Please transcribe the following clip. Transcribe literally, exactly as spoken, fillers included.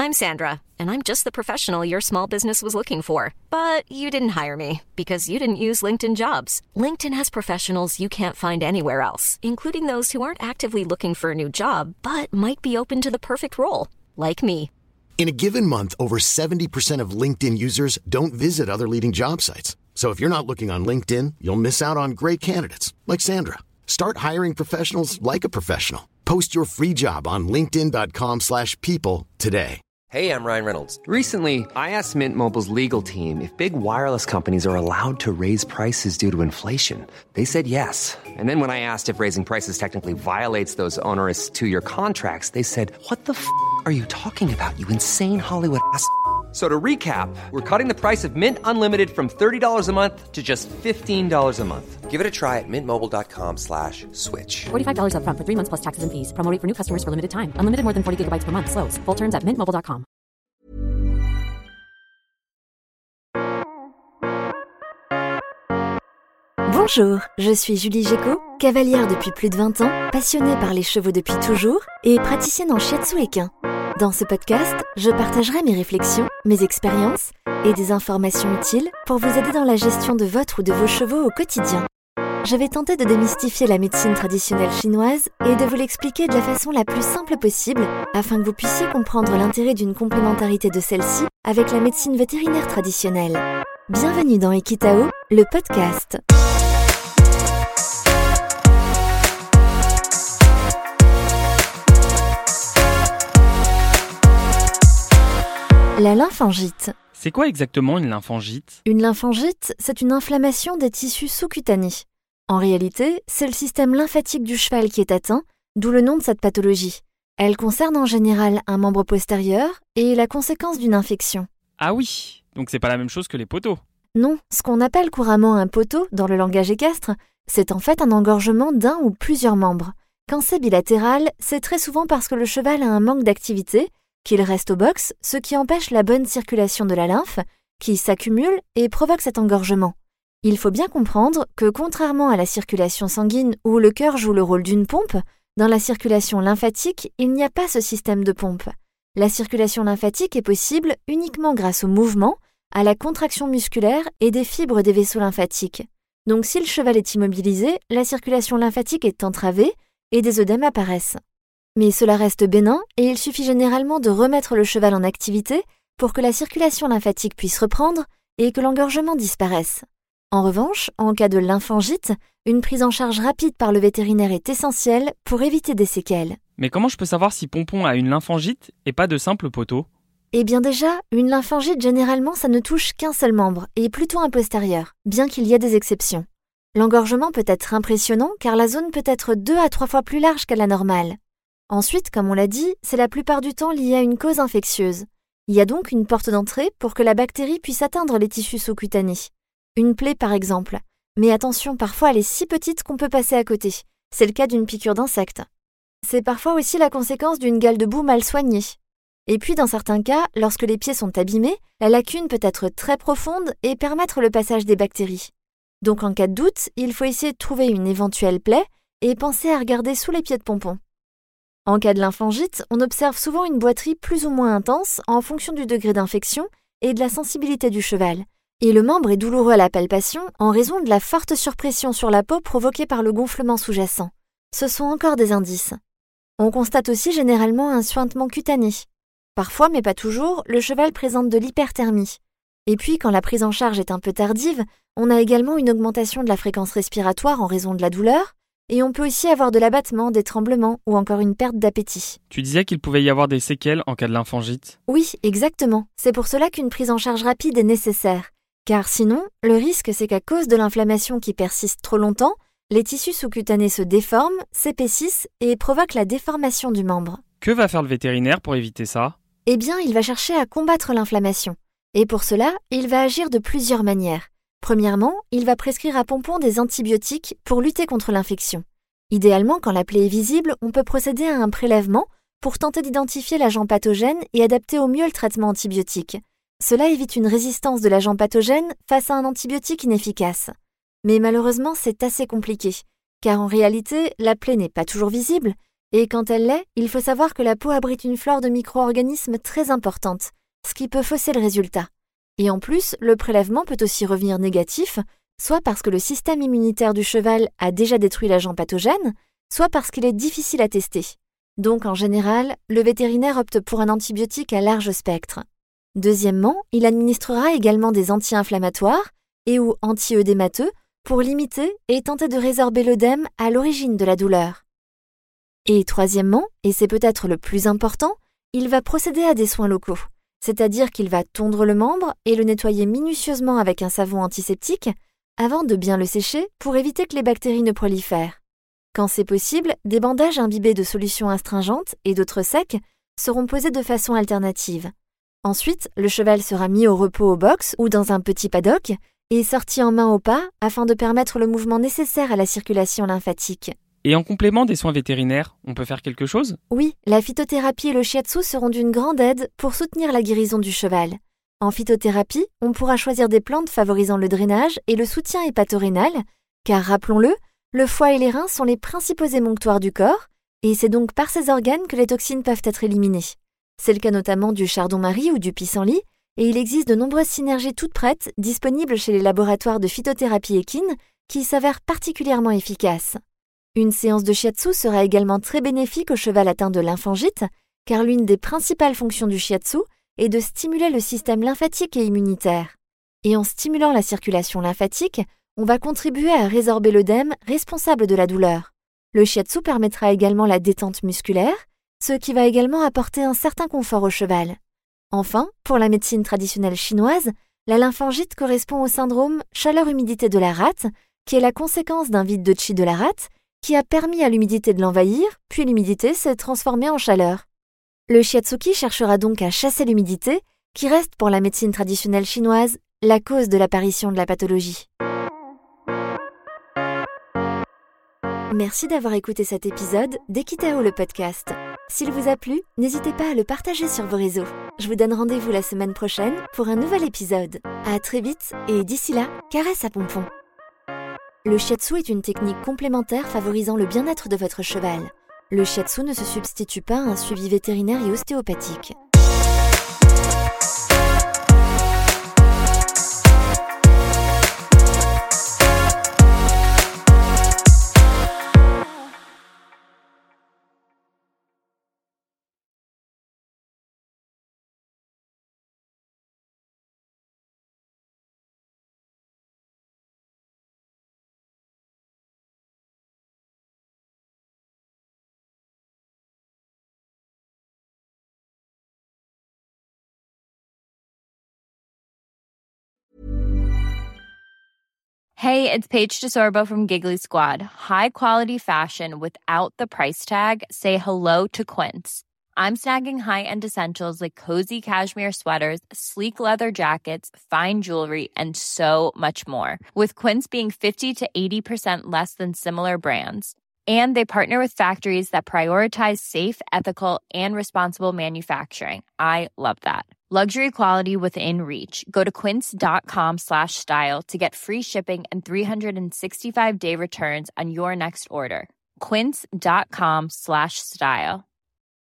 I'm Sandra, and I'm just the professional your small business was looking for. But you didn't hire me because you didn't use LinkedIn Jobs. LinkedIn has professionals you can't find anywhere else, including those who aren't actively looking for a new job, but might be open to the perfect role, like me. In a given month, over seventy percent of LinkedIn users don't visit other leading job sites. So if you're not looking on LinkedIn, you'll miss out on great candidates like Sandra. Start hiring professionals like a professional. Post your free job on linkedin.com slash people today. Hey, I'm Ryan Reynolds. Recently, I asked Mint Mobile's legal team if big wireless companies are allowed to raise prices due to inflation. They said yes. And then when I asked if raising prices technically violates those onerous two-year contracts, they said, what the f*** are you talking about, you insane Hollywood ass f- So to recap, we're cutting the price of Mint Unlimited from thirty dollars a month to just fifteen dollars a month. Give it a try at mintmobile.com slash switch. forty-five dollars up front for three months plus taxes and fees. Promo rate for new customers for limited time. Unlimited more than forty gigabytes per month. Slows full terms at mint mobile dot com. Bonjour, je suis Julie Gécaud, cavalière depuis plus de vingt ans, passionnée par les chevaux depuis toujours et praticienne en shiatsu équin. Dans ce podcast, je partagerai mes réflexions, mes expériences et des informations utiles pour vous aider dans la gestion de votre ou de vos chevaux au quotidien. Je vais tenter de démystifier la médecine traditionnelle chinoise et de vous l'expliquer de la façon la plus simple possible afin que vous puissiez comprendre l'intérêt d'une complémentarité de celle-ci avec la médecine vétérinaire traditionnelle. Bienvenue dans Equitao, le podcast. La lymphangite. C'est quoi exactement une lymphangite ? Une lymphangite, c'est une inflammation des tissus sous-cutanés. En réalité, c'est le système lymphatique du cheval qui est atteint, d'où le nom de cette pathologie. Elle concerne en général un membre postérieur et est la conséquence d'une infection. Ah oui, donc c'est pas la même chose que les poteaux. Non, ce qu'on appelle couramment un poteau dans le langage équestre, c'est en fait un engorgement d'un ou plusieurs membres. Quand c'est bilatéral, c'est très souvent parce que le cheval a un manque d'activité, qu'il reste au box, ce qui empêche la bonne circulation de la lymphe, qui s'accumule et provoque cet engorgement. Il faut bien comprendre que contrairement à la circulation sanguine où le cœur joue le rôle d'une pompe, dans la circulation lymphatique, il n'y a pas ce système de pompe. La circulation lymphatique est possible uniquement grâce au mouvement, à la contraction musculaire et des fibres des vaisseaux lymphatiques. Donc si le cheval est immobilisé, la circulation lymphatique est entravée et des œdèmes apparaissent. Mais cela reste bénin et il suffit généralement de remettre le cheval en activité pour que la circulation lymphatique puisse reprendre et que l'engorgement disparaisse. En revanche, en cas de lymphangite, une prise en charge rapide par le vétérinaire est essentielle pour éviter des séquelles. Mais comment je peux savoir si Pompon a une lymphangite et pas de simple poteau ? Eh bien déjà, une lymphangite généralement ça ne touche qu'un seul membre et plutôt un postérieur, bien qu'il y ait des exceptions. L'engorgement peut être impressionnant car la zone peut être deux à trois fois plus large qu'à la normale. Ensuite, comme on l'a dit, c'est la plupart du temps lié à une cause infectieuse. Il y a donc une porte d'entrée pour que la bactérie puisse atteindre les tissus sous-cutanés. Une plaie par exemple. Mais attention, parfois elle est si petite qu'on peut passer à côté. C'est le cas d'une piqûre d'insecte. C'est parfois aussi la conséquence d'une gale de boue mal soignée. Et puis dans certains cas, lorsque les pieds sont abîmés, la lacune peut être très profonde et permettre le passage des bactéries. Donc en cas de doute, il faut essayer de trouver une éventuelle plaie et penser à regarder sous les pieds de Pompon. En cas de lymphangite, on observe souvent une boiterie plus ou moins intense en fonction du degré d'infection et de la sensibilité du cheval. Et le membre est douloureux à la palpation en raison de la forte surpression sur la peau provoquée par le gonflement sous-jacent. Ce sont encore des indices. On constate aussi généralement un suintement cutané. Parfois, mais pas toujours, le cheval présente de l'hyperthermie. Et puis, quand la prise en charge est un peu tardive, on a également une augmentation de la fréquence respiratoire en raison de la douleur, et on peut aussi avoir de l'abattement, des tremblements ou encore une perte d'appétit. Tu disais qu'il pouvait y avoir des séquelles en cas de lymphangite ? Oui, exactement. C'est pour cela qu'une prise en charge rapide est nécessaire. Car sinon, le risque c'est qu'à cause de l'inflammation qui persiste trop longtemps, les tissus sous-cutanés se déforment, s'épaississent et provoquent la déformation du membre. Que va faire le vétérinaire pour éviter ça ? Eh bien, il va chercher à combattre l'inflammation. Et pour cela, il va agir de plusieurs manières. Premièrement, il va prescrire à Pompon des antibiotiques pour lutter contre l'infection. Idéalement, quand la plaie est visible, on peut procéder à un prélèvement pour tenter d'identifier l'agent pathogène et adapter au mieux le traitement antibiotique. Cela évite une résistance de l'agent pathogène face à un antibiotique inefficace. Mais malheureusement, c'est assez compliqué, car en réalité, la plaie n'est pas toujours visible, Et quand elle l'est, il faut savoir que la peau abrite une flore de micro-organismes très importante, ce qui peut fausser le résultat. Et en plus, le prélèvement peut aussi revenir négatif, soit parce que le système immunitaire du cheval a déjà détruit l'agent pathogène, soit parce qu'il est difficile à tester. Donc en général, le vétérinaire opte pour un antibiotique à large spectre. Deuxièmement, il administrera également des anti-inflammatoires et ou anti-œdémateux pour limiter et tenter de résorber l'œdème à l'origine de la douleur. Et troisièmement, et c'est peut-être le plus important, il va procéder à des soins locaux, c'est-à-dire qu'il va tondre le membre et le nettoyer minutieusement avec un savon antiseptique avant de bien le sécher pour éviter que les bactéries ne prolifèrent. Quand c'est possible, des bandages imbibés de solutions astringentes et d'autres secs seront posés de façon alternative. Ensuite, le cheval sera mis au repos au box ou dans un petit paddock et sorti en main au pas afin de permettre le mouvement nécessaire à la circulation lymphatique. Et en complément des soins vétérinaires, on peut faire quelque chose ? Oui, la phytothérapie et le shiatsu seront d'une grande aide pour soutenir la guérison du cheval. En phytothérapie, on pourra choisir des plantes favorisant le drainage et le soutien hépatorénal, car rappelons-le, le foie et les reins sont les principaux émonctoires du corps, et c'est donc par ces organes que les toxines peuvent être éliminées. C'est le cas notamment du chardon-marie ou du pissenlit, et il existe de nombreuses synergies toutes prêtes disponibles chez les laboratoires de phytothérapie équine qui s'avèrent particulièrement efficaces. Une séance de shiatsu sera également très bénéfique au cheval atteint de lymphangite, car l'une des principales fonctions du shiatsu est de stimuler le système lymphatique et immunitaire. Et en stimulant la circulation lymphatique, on va contribuer à résorber l'œdème responsable de la douleur. Le shiatsu permettra également la détente musculaire, ce qui va également apporter un certain confort au cheval. Enfin, pour la médecine traditionnelle chinoise, la lymphangite correspond au syndrome chaleur-humidité de la rate, qui est la conséquence d'un vide de qi de la rate, qui a permis à l'humidité de l'envahir, puis l'humidité s'est transformée en chaleur. Le shiatsuki cherchera donc à chasser l'humidité, qui reste pour la médecine traditionnelle chinoise la cause de l'apparition de la pathologie. Merci d'avoir écouté cet épisode d'Equitao le podcast. S'il vous a plu, n'hésitez pas à le partager sur vos réseaux. Je vous donne rendez-vous la semaine prochaine pour un nouvel épisode. À très vite et d'ici là, caresse à Pompon. Le shiatsu est une technique complémentaire favorisant le bien-être de votre cheval. Le shiatsu ne se substitue pas à un suivi vétérinaire et ostéopathique. Hey, it's Paige DeSorbo from Giggly Squad. High quality fashion without the price tag. Say hello to Quince. I'm snagging high-end essentials like cozy cashmere sweaters, sleek leather jackets, fine jewelry, and so much more. With Quince being fifty to eighty percent less than similar brands. And they partner with factories that prioritize safe, ethical, and responsible manufacturing. I love that. Luxury quality within reach. Go to quince.com slash style to get free shipping and three sixty-five day returns on your next order. Quince.com slash style.